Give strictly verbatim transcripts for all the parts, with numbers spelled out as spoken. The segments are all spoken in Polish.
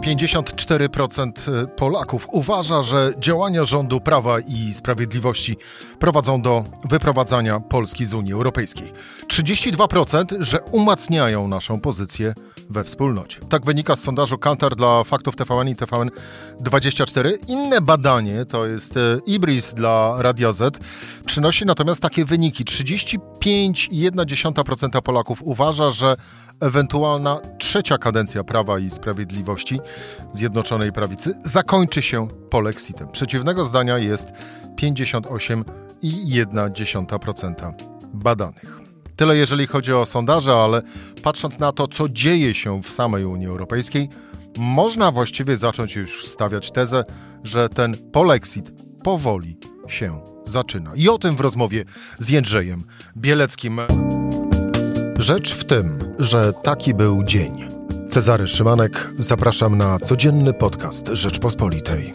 pięćdziesiąt cztery procent Polaków uważa, że działania rządu Prawa i Sprawiedliwości prowadzą do wyprowadzania Polski z Unii Europejskiej. trzydzieści dwa procent, że umacniają naszą pozycję we wspólnocie. Tak wynika z sondażu Kantar dla Faktów T V N i T V N dwadzieścia cztery. Inne badanie, to jest Ibris dla Radia Z, przynosi natomiast takie wyniki. trzydzieści pięć przecinek jedna procent Polaków uważa, że ewentualna trzecia kadencja Prawa i Sprawiedliwości Zjednoczonej Prawicy zakończy się polexitem. Przeciwnego zdania jest pięćdziesiąt osiem przecinek jedna procent badanych. Tyle jeżeli chodzi o sondaże, ale patrząc na to, co dzieje się w samej Unii Europejskiej, można właściwie zacząć już stawiać tezę, że ten polexit powoli się zaczyna. I o tym w rozmowie z Jędrzejem Bieleckim. Rzecz w tym, że taki był dzień. Cezary Szymanek, zapraszam na codzienny podcast Rzeczpospolitej.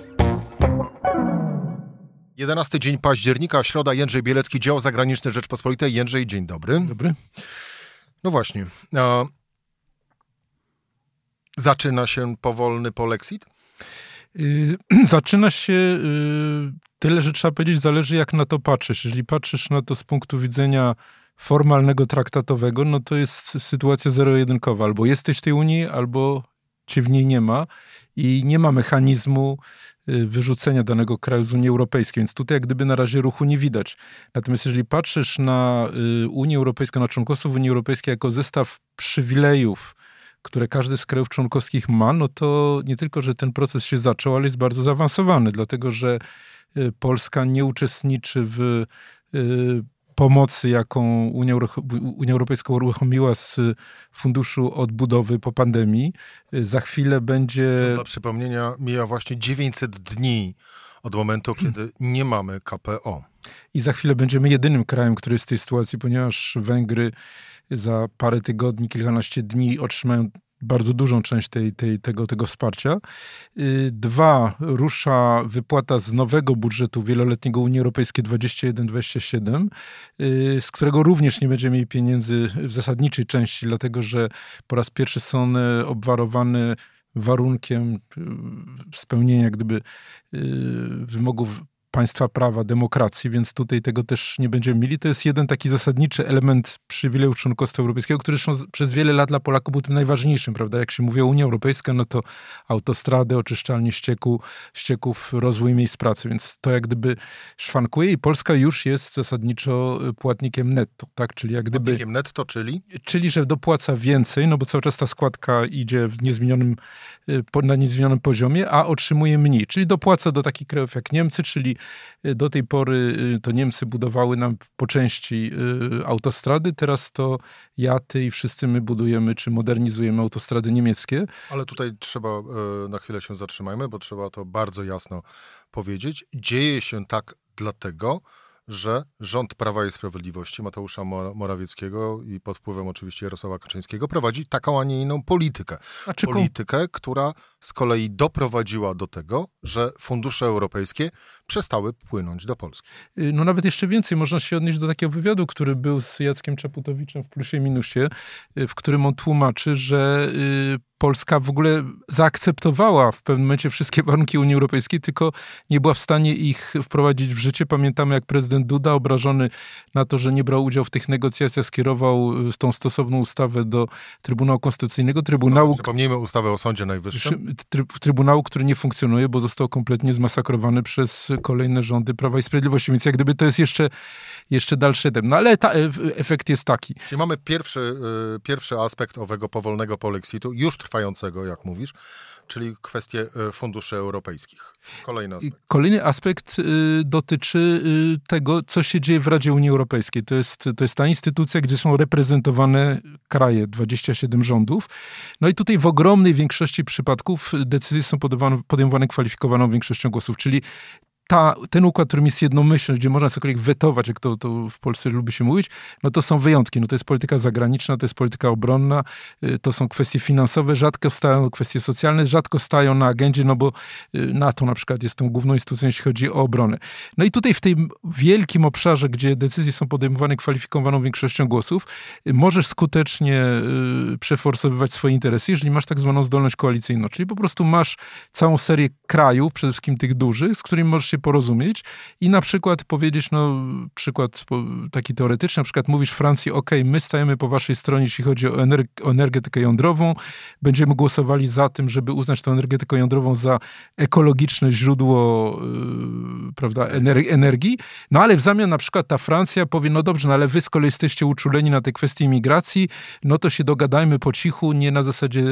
jedenasty dzień października, środa, Jędrzej Bielecki, dział zagraniczny Rzeczpospolitej. Jędrzej, dzień dobry. Dobry. No właśnie. A zaczyna się powolny polexit? Yy, zaczyna się yy, tyle, że trzeba powiedzieć, zależy jak na to patrzysz. Jeżeli patrzysz na to z punktu widzenia formalnego, traktatowego, no to jest sytuacja zero-jedynkowa. Albo jesteś w tej Unii, albo cię w niej nie ma i nie ma mechanizmu wyrzucenia danego kraju z Unii Europejskiej, więc tutaj jak gdyby na razie ruchu nie widać. Natomiast jeżeli patrzysz na Unię Europejską, na członkostwo w Unii Europejskiej jako zestaw przywilejów, które każdy z krajów członkowskich ma, no to nie tylko, że ten proces się zaczął, ale jest bardzo zaawansowany, dlatego że Polska nie uczestniczy w pomocy, jaką Unia, Unia Europejska uruchomiła z Funduszu Odbudowy po pandemii. Za chwilę będzie... To dla przypomnienia mija właśnie dziewięćset dni od momentu, kiedy nie mamy K P O. I za chwilę będziemy jedynym krajem, który jest w tej sytuacji, ponieważ Węgry za parę tygodni, kilkanaście dni otrzymają bardzo dużą część tej, tej, tego, tego wsparcia. Dwa, rusza wypłata z nowego budżetu wieloletniego Unii Europejskiej dwadzieścia jeden dwadzieścia siedem, z którego również nie będziemy mieli pieniędzy w zasadniczej części, dlatego że po raz pierwszy są one obwarowane warunkiem spełnienia jak gdyby wymogów państwa prawa, demokracji, więc tutaj tego też nie będziemy mieli. To jest jeden taki zasadniczy element przywilejów członkostwa europejskiego, który zresztą przez wiele lat dla Polaków był tym najważniejszym, prawda? Jak się mówi o Unii Europejskiej, no to autostrady, oczyszczalnie ścieku, ścieków, rozwój miejsc pracy, więc to jak gdyby szwankuje i Polska już jest zasadniczo płatnikiem netto, tak? Czyli jak gdyby... Płatnikiem netto, czyli? Czyli, że dopłaca więcej, no bo cały czas ta składka idzie w niezmienionym, na niezmienionym poziomie, a otrzymuje mniej. Czyli dopłaca do takich krajów jak Niemcy, czyli do tej pory to Niemcy budowały nam po części autostrady, teraz to ja, ty i wszyscy my budujemy czy modernizujemy autostrady niemieckie. Ale tutaj trzeba, na chwilę się zatrzymajmy, bo trzeba to bardzo jasno powiedzieć. Dzieje się tak dlatego, że rząd Prawa i Sprawiedliwości Mateusza Morawieckiego i pod wpływem oczywiście Jarosława Kaczyńskiego prowadzi taką, a nie inną politykę. Znaczy, politykę, która z kolei doprowadziła do tego, że fundusze europejskie przestały płynąć do Polski. No nawet jeszcze więcej, można się odnieść do takiego wywiadu, który był z Jackiem Czaputowiczem w Plusie i Minusie, w którym on tłumaczy, że Polska w ogóle zaakceptowała w pewnym momencie wszystkie warunki Unii Europejskiej, tylko nie była w stanie ich wprowadzić w życie. Pamiętamy, jak prezydent Duda, obrażony na to, że nie brał udziału w tych negocjacjach, skierował tą stosowną ustawę do Trybunału Konstytucyjnego. Trybunału, Przypomnijmy ustawę o Sądzie Najwyższym. Trybunału, który nie funkcjonuje, bo został kompletnie zmasakrowany przez kolejne rządy Prawa i Sprawiedliwości. Więc jak gdyby to jest jeszcze, jeszcze dalszy etap. No ale ta, efekt jest taki. Czyli mamy pierwszy, pierwszy aspekt owego powolnego polexitu, już trwającego, jak mówisz, czyli kwestie funduszy europejskich. Kolejny aspekt. Kolejny aspekt y, dotyczy y, tego, co się dzieje w Radzie Unii Europejskiej. To jest, to jest ta instytucja, gdzie są reprezentowane kraje, dwadzieścia siedem rządów. No i tutaj w ogromnej większości przypadków decyzje są podejmowane, podejmowane kwalifikowaną większością głosów, czyli ta, ten układ, którym jest jednomyślność, gdzie można cokolwiek wetować, jak to, to w Polsce lubi się mówić, no to są wyjątki. No to jest polityka zagraniczna, to jest polityka obronna, to są kwestie finansowe, rzadko stają kwestie socjalne, rzadko stają na agendzie, no bo NATO na przykład jest tą główną instytucją, jeśli chodzi o obronę. No i tutaj w tym wielkim obszarze, gdzie decyzje są podejmowane kwalifikowaną większością głosów, możesz skutecznie przeforsowywać swoje interesy, jeżeli masz tak zwaną zdolność koalicyjną, czyli po prostu masz całą serię krajów, przede wszystkim tych dużych, z którymi możesz się porozumieć i na przykład powiedzieć, no przykład taki teoretyczny, na przykład mówisz Francji, ok, my stajemy po waszej stronie, jeśli chodzi o, ener- o energetykę jądrową, będziemy głosowali za tym, żeby uznać tę energetykę jądrową za ekologiczne źródło yy, prawda, ener- energii, no ale w zamian na przykład ta Francja powie, no dobrze, no ale wy z kolei jesteście uczuleni na te kwestie imigracji, no to się dogadajmy po cichu, nie na zasadzie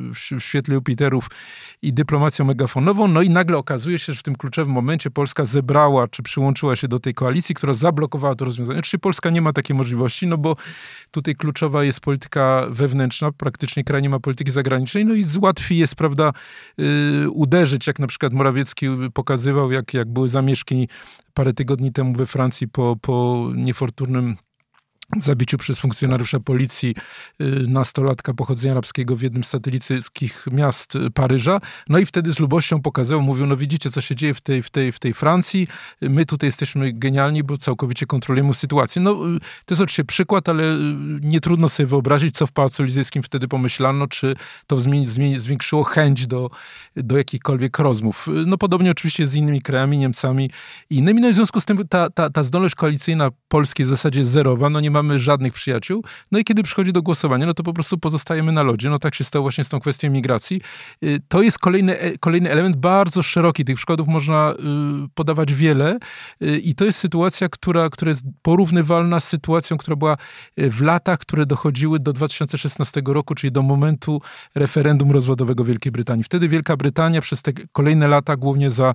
w świetle Jupiterów i dyplomacją megafonową, no i nagle okazuje się, że w tym kluczowym momencie Polska zebrała, czy przyłączyła się do tej koalicji, która zablokowała to rozwiązanie. Oczywiście Polska nie ma takiej możliwości, no bo tutaj kluczowa jest polityka wewnętrzna, praktycznie kraj nie ma polityki zagranicznej, no i łatwiej jest, prawda, yy, uderzyć, jak na przykład Morawiecki pokazywał, jak, jak były zamieszki parę tygodni temu we Francji po, po niefortunnym zabiciu przez funkcjonariusza policji nastolatka pochodzenia arabskiego w jednym z satelickich miast Paryża. No i wtedy z lubością pokazał, mówił, no widzicie, co się dzieje w tej, w tej, w tej Francji. My tutaj jesteśmy genialni, bo całkowicie kontrolujemy sytuację. No to jest oczywiście przykład, ale nie trudno sobie wyobrazić, co w Pałacu Elizejskim wtedy pomyślano, czy to zmieni, zmieni, zwiększyło chęć do, do jakichkolwiek rozmów. No podobnie oczywiście z innymi krajami, Niemcami i innymi. No i w związku z tym ta, ta, ta zdolność koalicyjna Polski w zasadzie jest zerowa. No nie ma mamy żadnych przyjaciół. No i kiedy przychodzi do głosowania, no to po prostu pozostajemy na lodzie. No tak się stało właśnie z tą kwestią migracji. To jest kolejny, kolejny element bardzo szeroki. Tych przykładów można podawać wiele i to jest sytuacja, która, która jest porównywalna z sytuacją, która była w latach, które dochodziły do dwa tysiące szesnastego roku, czyli do momentu referendum rozwodowego Wielkiej Brytanii. Wtedy Wielka Brytania przez te kolejne lata, głównie za,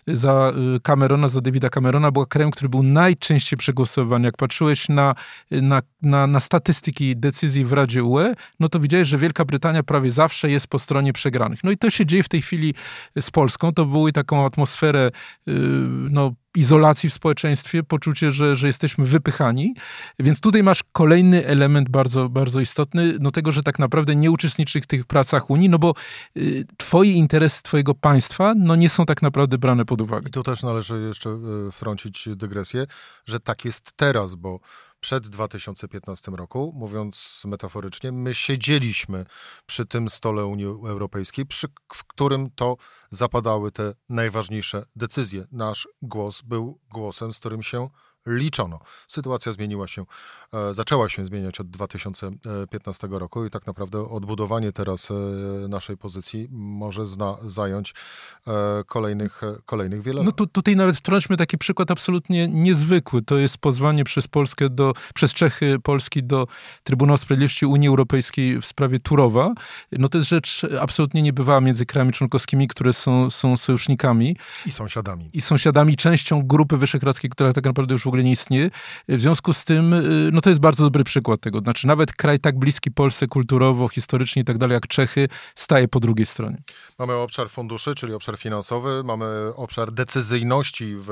za Camerona, za Davida Camerona, była krajem, który był najczęściej przegłosowany. Jak patrzyłeś na Na, na, na statystyki decyzji w Radzie U E, no to widziałeś, że Wielka Brytania prawie zawsze jest po stronie przegranych. No i to się dzieje w tej chwili z Polską. To wywołuje taką atmosferę yy, no, izolacji w społeczeństwie, poczucie, że, że jesteśmy wypychani. Więc tutaj masz kolejny element bardzo, bardzo istotny, no tego, że tak naprawdę nie uczestniczysz w tych pracach Unii, no bo y, twoje interesy twojego państwa, no nie są tak naprawdę brane pod uwagę. I tu też należy jeszcze y, wtrącić dygresję, że tak jest teraz, bo przed dwa tysiące piętnastym roku, mówiąc metaforycznie, my siedzieliśmy przy tym stole Unii Europejskiej, przy, w którym to zapadały te najważniejsze decyzje. Nasz głos był głosem, z którym się liczono. Sytuacja zmieniła się, e, zaczęła się zmieniać od dwa tysiące piętnastego roku i tak naprawdę odbudowanie teraz e, naszej pozycji może zna, zająć e, kolejnych, e, kolejnych wiele lat. No tu, tutaj nawet wtrąćmy taki przykład absolutnie niezwykły. To jest pozwanie przez Polskę do, przez Czechy Polski do Trybunału Sprawiedliwości Unii Europejskiej w sprawie Turowa. No to jest rzecz absolutnie niebywała między krajami członkowskimi, które są, są sojusznikami. I sąsiadami. I sąsiadami, częścią Grupy Wyszehradzkiej, która tak naprawdę już w ogóle nie istnieje. W związku z tym, no to jest bardzo dobry przykład tego. Znaczy nawet kraj tak bliski Polsce kulturowo, historycznie i tak dalej jak Czechy staje po drugiej stronie. Mamy obszar funduszy, czyli obszar finansowy, mamy obszar decyzyjności w,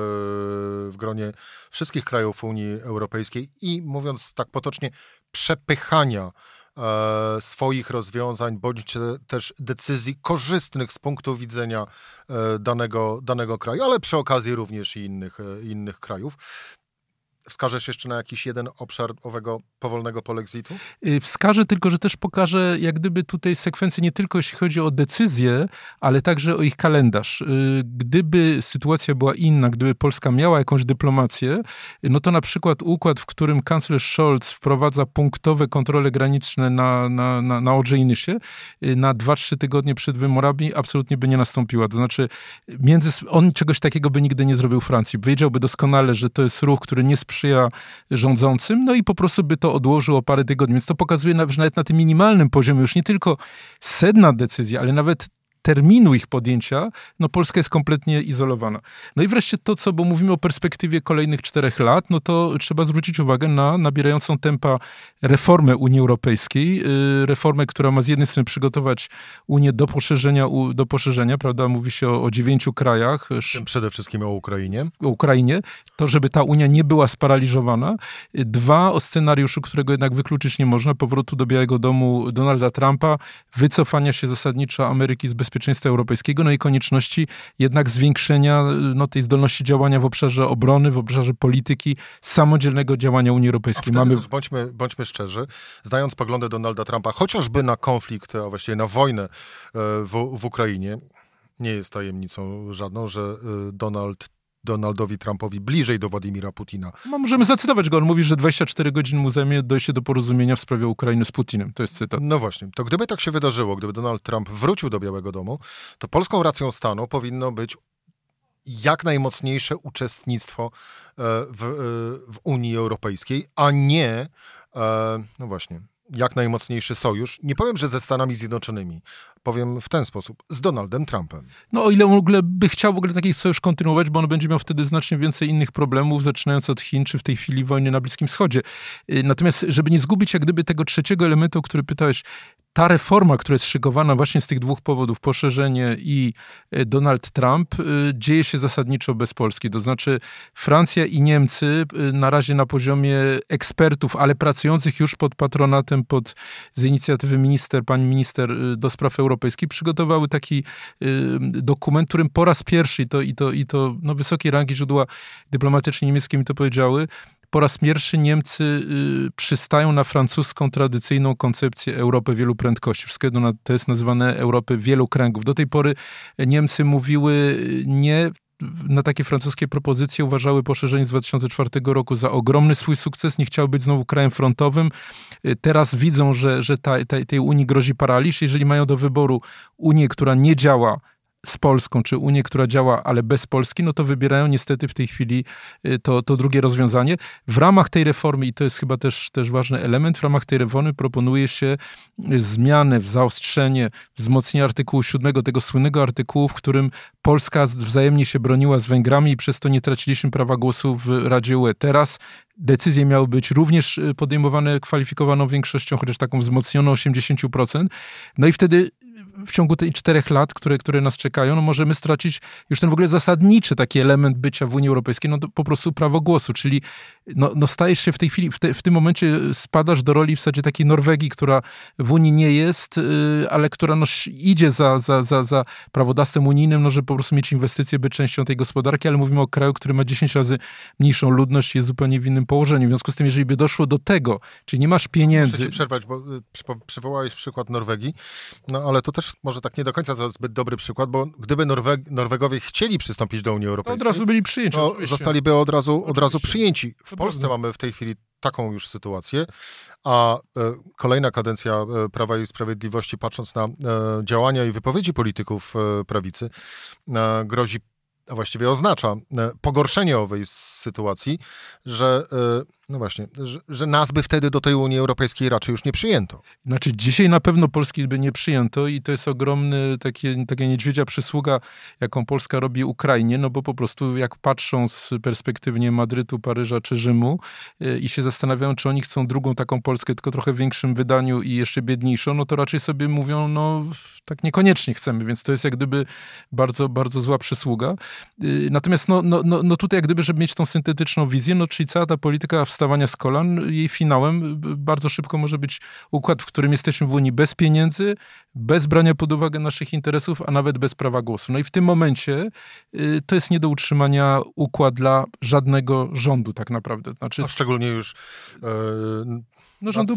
w gronie wszystkich krajów Unii Europejskiej i mówiąc tak potocznie, przepychania e, swoich rozwiązań, bądź też decyzji korzystnych z punktu widzenia e, danego, danego kraju, ale przy okazji również i innych, e, innych krajów. Wskażesz jeszcze na jakiś jeden obszar owego powolnego polexitu? Wskażę, tylko że też pokażę jak gdyby tutaj sekwencję nie tylko jeśli chodzi o decyzje, ale także o ich kalendarz. Gdyby sytuacja była inna, gdyby Polska miała jakąś dyplomację, no to na przykład układ, w którym kanclerz Scholz wprowadza punktowe kontrole graniczne na, na, na, na Odrze i Nysie na dwa trzy tygodnie przed wyborami absolutnie by nie nastąpiła. To znaczy między, on czegoś takiego by nigdy nie zrobił Francji. Wiedziałby doskonale, że to jest ruch, który nie sprzyja sprzyja rządzącym, no i po prostu by to odłożył o parę tygodni. Więc to pokazuje, że nawet na tym minimalnym poziomie już nie tylko sedna decyzja, ale nawet terminu ich podjęcia, no Polska jest kompletnie izolowana. No i wreszcie to, co, bo mówimy o perspektywie kolejnych czterech lat, no to trzeba zwrócić uwagę na nabierającą tempa reformę Unii Europejskiej, reformę, która ma z jednej strony przygotować Unię do poszerzenia, do poszerzenia, prawda, mówi się o, o dziewięciu krajach. Przede wszystkim o Ukrainie. O Ukrainie, to żeby ta Unia nie była sparaliżowana. Dwa, o scenariuszu, którego jednak wykluczyć nie można, powrotu do Białego Domu Donalda Trumpa, wycofania się zasadniczo Ameryki z bezpieczeństwa europejskiego, no i konieczności jednak zwiększenia no, tej zdolności działania w obszarze obrony, w obszarze polityki, samodzielnego działania Unii Europejskiej. A Mamy... też bądźmy, bądźmy szczerzy, znając poglądy Donalda Trumpa, chociażby na konflikt, a właściwie na wojnę w, w Ukrainie, nie jest tajemnicą żadną, że Donald Donaldowi Trumpowi bliżej do Władimira Putina. No, możemy zacytować go. On mówi, że dwadzieścia cztery godziny mu zajmie dojście do porozumienia w sprawie Ukrainy z Putinem. To jest cytat. No właśnie. To gdyby tak się wydarzyło, gdyby Donald Trump wrócił do Białego Domu, to polską racją stanu powinno być jak najmocniejsze uczestnictwo w, w Unii Europejskiej, a nie, no właśnie, jak najmocniejszy sojusz. Nie powiem, że ze Stanami Zjednoczonymi. Powiem w ten sposób, z Donaldem Trumpem. No o ile on w ogóle by chciał w ogóle taki sojusz kontynuować, bo on będzie miał wtedy znacznie więcej innych problemów, zaczynając od Chin, czy w tej chwili wojny na Bliskim Wschodzie. Natomiast, żeby nie zgubić jak gdyby tego trzeciego elementu, o który pytałeś, ta reforma, która jest szykowana właśnie z tych dwóch powodów, poszerzenie i Donald Trump, dzieje się zasadniczo bez Polski. To znaczy Francja i Niemcy na razie na poziomie ekspertów, ale pracujących już pod patronatem, pod z inicjatywy minister, pani minister do spraw europejskich, przygotowały taki dokument, którym po raz pierwszy, i to, i to, i to no, wysokiej rangi źródła dyplomatyczne niemieckie mi to powiedziały, po raz pierwszy Niemcy y, przystają na francuską tradycyjną koncepcję Europy wielu prędkości. Wszystko jedno, to jest nazywane Europy wielu kręgów. Do tej pory Niemcy mówiły nie na takie francuskie propozycje, uważały poszerzenie z dwa tysiące czwartego roku za ogromny swój sukces, nie chciały być znowu krajem frontowym. Teraz widzą, że, że ta, ta, tej Unii grozi paraliż. Jeżeli mają do wyboru Unię, która nie działa z Polską, czy Unię, która działa, ale bez Polski, no to wybierają niestety w tej chwili to, to drugie rozwiązanie. W ramach tej reformy, i to jest chyba też, też ważny element, w ramach tej reformy proponuje się zmianę, zaostrzenie, wzmocnienie artykułu siódmego, tego słynnego artykułu, w którym Polska wzajemnie się broniła z Węgrami i przez to nie traciliśmy prawa głosu w Radzie U E. Teraz decyzje miały być również podejmowane kwalifikowaną większością, chociaż taką wzmocnioną osiemdziesiąt procent. No i wtedy w ciągu tych czterech lat, które, które nas czekają, no możemy stracić już ten w ogóle zasadniczy taki element bycia w Unii Europejskiej, no to po prostu prawo głosu, czyli no, no stajesz się w tej chwili, w, te, w tym momencie spadasz do roli w zasadzie takiej Norwegii, która w Unii nie jest, yy, ale która no, idzie za, za, za, za prawodawstwem unijnym, no, żeby po prostu mieć inwestycje, być częścią tej gospodarki, ale mówimy o kraju, który ma dziesięć razy mniejszą ludność i jest zupełnie w innym położeniu. W związku z tym, jeżeli by doszło do tego, czyli nie masz pieniędzy... Muszę ci przerwać, bo przywołałeś przykład Norwegii, no ale to też może tak nie do końca to zbyt dobry przykład, bo gdyby Norweg- Norwegowie chcieli przystąpić do Unii Europejskiej, to od razu byli przyjęci. To oczywiście. zostaliby od razu, od razu Oczywiście. przyjęci. W To Polsce prawda. mamy w tej chwili taką już sytuację, a e, kolejna kadencja e, Prawa i Sprawiedliwości, patrząc na e, działania i wypowiedzi polityków e, prawicy, e, grozi, a właściwie oznacza e, pogorszenie owej sytuacji, że e, no właśnie, że, że nas by wtedy do tej Unii Europejskiej raczej już nie przyjęto. Znaczy dzisiaj na pewno Polski by nie przyjęto i to jest ogromny takie, taka niedźwiedzia przysługa, jaką Polska robi Ukrainie, no bo po prostu jak patrzą z perspektywy nie, Madrytu, Paryża czy Rzymu yy, i się zastanawiają, czy oni chcą drugą taką Polskę, tylko trochę w większym wydaniu i jeszcze biedniejszą, no to raczej sobie mówią, no tak niekoniecznie chcemy, więc to jest jak gdyby bardzo, bardzo zła przysługa. Yy, natomiast no, no, no, no tutaj jak gdyby, żeby mieć tą syntetyczną wizję, no czyli cała ta polityka wstawania z kolan, jej finałem bardzo szybko może być układ, w którym jesteśmy w Unii bez pieniędzy, bez brania pod uwagę naszych interesów, a nawet bez prawa głosu. No i w tym momencie y, to jest nie do utrzymania układ dla żadnego rządu tak naprawdę. Znaczy, A szczególnie już e, no, rządu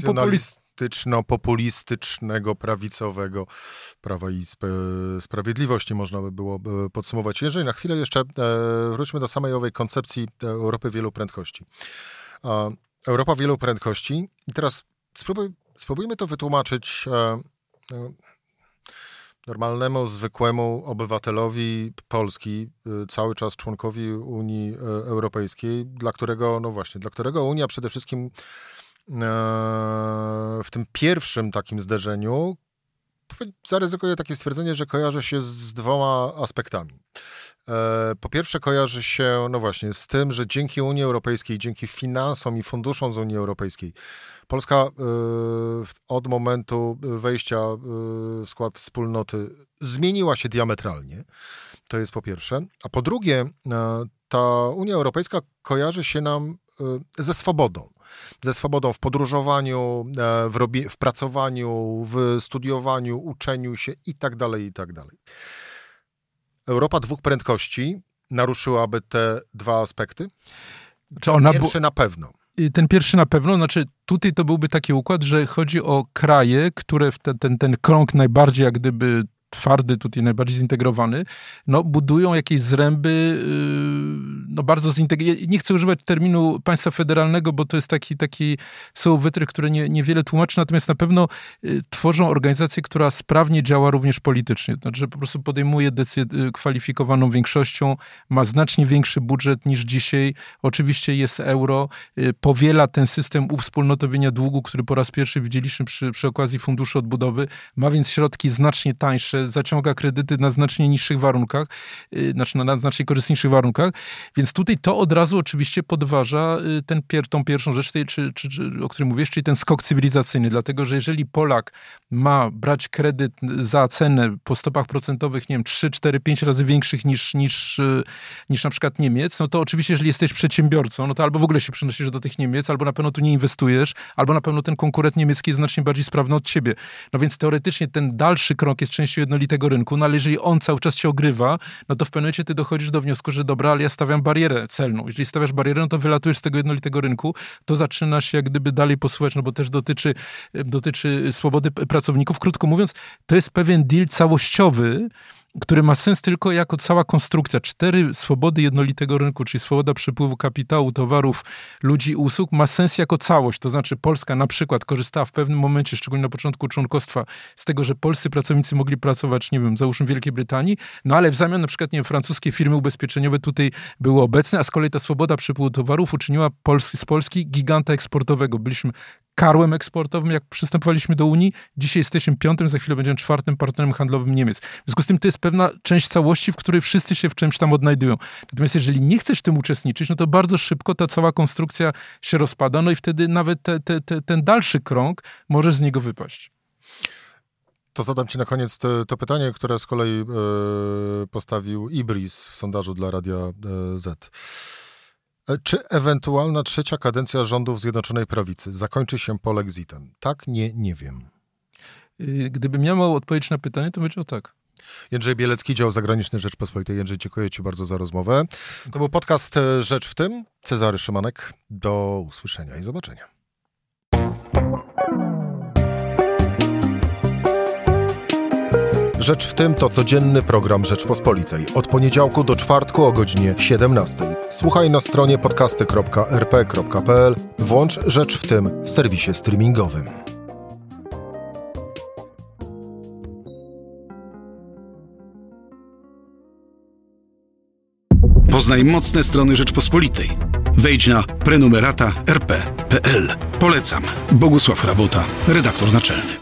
nacjonalistyczno-populistycznego, prawicowego Prawa i Sp- Sprawiedliwości można by było e, podsumować. Jeżeli na chwilę jeszcze e, wróćmy do samej owej koncepcji Europy wielu prędkości. E, Europa wielu prędkości. I teraz spróbuj, spróbujmy to wytłumaczyć e, e, normalnemu, zwykłemu obywatelowi Polski, e, cały czas członkowi Unii e, Europejskiej, dla którego, no właśnie, dla którego Unia przede wszystkim e, w tym pierwszym takim zderzeniu zaryzykuję takie stwierdzenie, że kojarzy się z dwoma aspektami. Po pierwsze kojarzy się, no właśnie, z tym, że dzięki Unii Europejskiej, dzięki finansom i funduszom z Unii Europejskiej, Polska od momentu wejścia w skład wspólnoty zmieniła się diametralnie. To jest po pierwsze. A po drugie, ta Unia Europejska kojarzy się nam ze swobodą. Ze swobodą w podróżowaniu, w, robi- w pracowaniu, w studiowaniu, uczeniu się i tak dalej, i tak dalej. Europa dwóch prędkości naruszyłaby te dwa aspekty? Czy ona Pierwszy bu- na pewno. Ten pierwszy na pewno, znaczy tutaj to byłby taki układ, że chodzi o kraje, które w te, ten, ten krąg najbardziej jak gdyby twardy, tutaj najbardziej zintegrowany, no budują jakieś zręby, no bardzo zintegrowane. Nie chcę używać terminu państwa federalnego, bo to jest taki, taki słowowytrych, który nie, niewiele tłumaczy, natomiast na pewno tworzą organizację, która sprawnie działa również politycznie. To znaczy, że po prostu podejmuje decyzję kwalifikowaną większością, ma znacznie większy budżet niż dzisiaj. Oczywiście jest euro, powiela ten system uwspólnotowienia długu, który po raz pierwszy widzieliśmy przy, przy okazji Funduszu Odbudowy, ma więc środki znacznie tańsze, zaciąga kredyty na znacznie niższych warunkach, znaczy na znacznie korzystniejszych warunkach, więc tutaj to od razu oczywiście podważa ten, tą pierwszą rzecz, tej, czy, czy, czy, o której mówisz, czyli ten skok cywilizacyjny, dlatego, że jeżeli Polak ma brać kredyt za cenę po stopach procentowych, nie wiem, trzy, cztery, pięć razy większych niż, niż, niż na przykład Niemiec, no to oczywiście, jeżeli jesteś przedsiębiorcą, no to albo w ogóle się przenosisz do tych Niemiec, albo na pewno tu nie inwestujesz, albo na pewno ten konkurent niemiecki jest znacznie bardziej sprawny od ciebie. No więc teoretycznie ten dalszy krok jest częścią jednolitego rynku, no ale jeżeli on cały czas cię ogrywa, no to w pewnym momencie ty dochodzisz do wniosku, że dobra, ale ja stawiam barierę celną. Jeżeli stawiasz barierę, no to wylatujesz z tego jednolitego rynku, to zaczyna się jak gdyby dalej posuwać, no bo też dotyczy, dotyczy swobody pracowników. Krótko mówiąc, to jest pewien deal całościowy, który ma sens tylko jako cała konstrukcja. Cztery swobody jednolitego rynku, czyli swoboda przepływu kapitału, towarów, ludzi, usług, ma sens jako całość. To znaczy Polska na przykład korzystała w pewnym momencie, szczególnie na początku członkostwa, z tego, że polscy pracownicy mogli pracować, nie wiem, załóżmy w Wielkiej Brytanii, no ale w zamian na przykład, nie wiem, francuskie firmy ubezpieczeniowe tutaj były obecne, a z kolei ta swoboda przepływu towarów uczyniła Pols- z Polski giganta eksportowego. Byliśmy karłem eksportowym, jak przystępowaliśmy do Unii. Dzisiaj jesteśmy piątym, za chwilę będziemy czwartym partnerem handlowym Niemiec. W związku z tym to jest pewna część całości, w której wszyscy się w czymś tam odnajdują. Natomiast jeżeli nie chcesz w tym uczestniczyć, no to bardzo szybko ta cała konstrukcja się rozpada, no i wtedy nawet te, te, te, ten dalszy krąg możesz z niego wypaść. To zadam ci na koniec te, to pytanie, które z kolei e, postawił Ibris w sondażu dla Radia e, Z. Czy ewentualna trzecia kadencja rządów Zjednoczonej Prawicy zakończy się polexitem? Tak? Nie, nie wiem. Gdybym miał odpowiedzieć na pytanie, to powiedział tak. Jędrzej Bielecki, dział zagraniczny Rzeczpospolitej. Jędrzej, dziękuję ci bardzo za rozmowę. To był podcast Rzecz w tym. Cezary Szymanek. Do usłyszenia i zobaczenia. Rzecz w tym to codzienny program Rzeczpospolitej. Od poniedziałku do czwartku o godzinie siedemnastej. Słuchaj na stronie podcasty kropka er pe kropka pe el. Włącz Rzecz w tym w serwisie streamingowym. Poznaj mocne strony Rzeczpospolitej. Wejdź na prenumerata er pe kropka pe el. Polecam. Bogusław Hrabota, redaktor naczelny.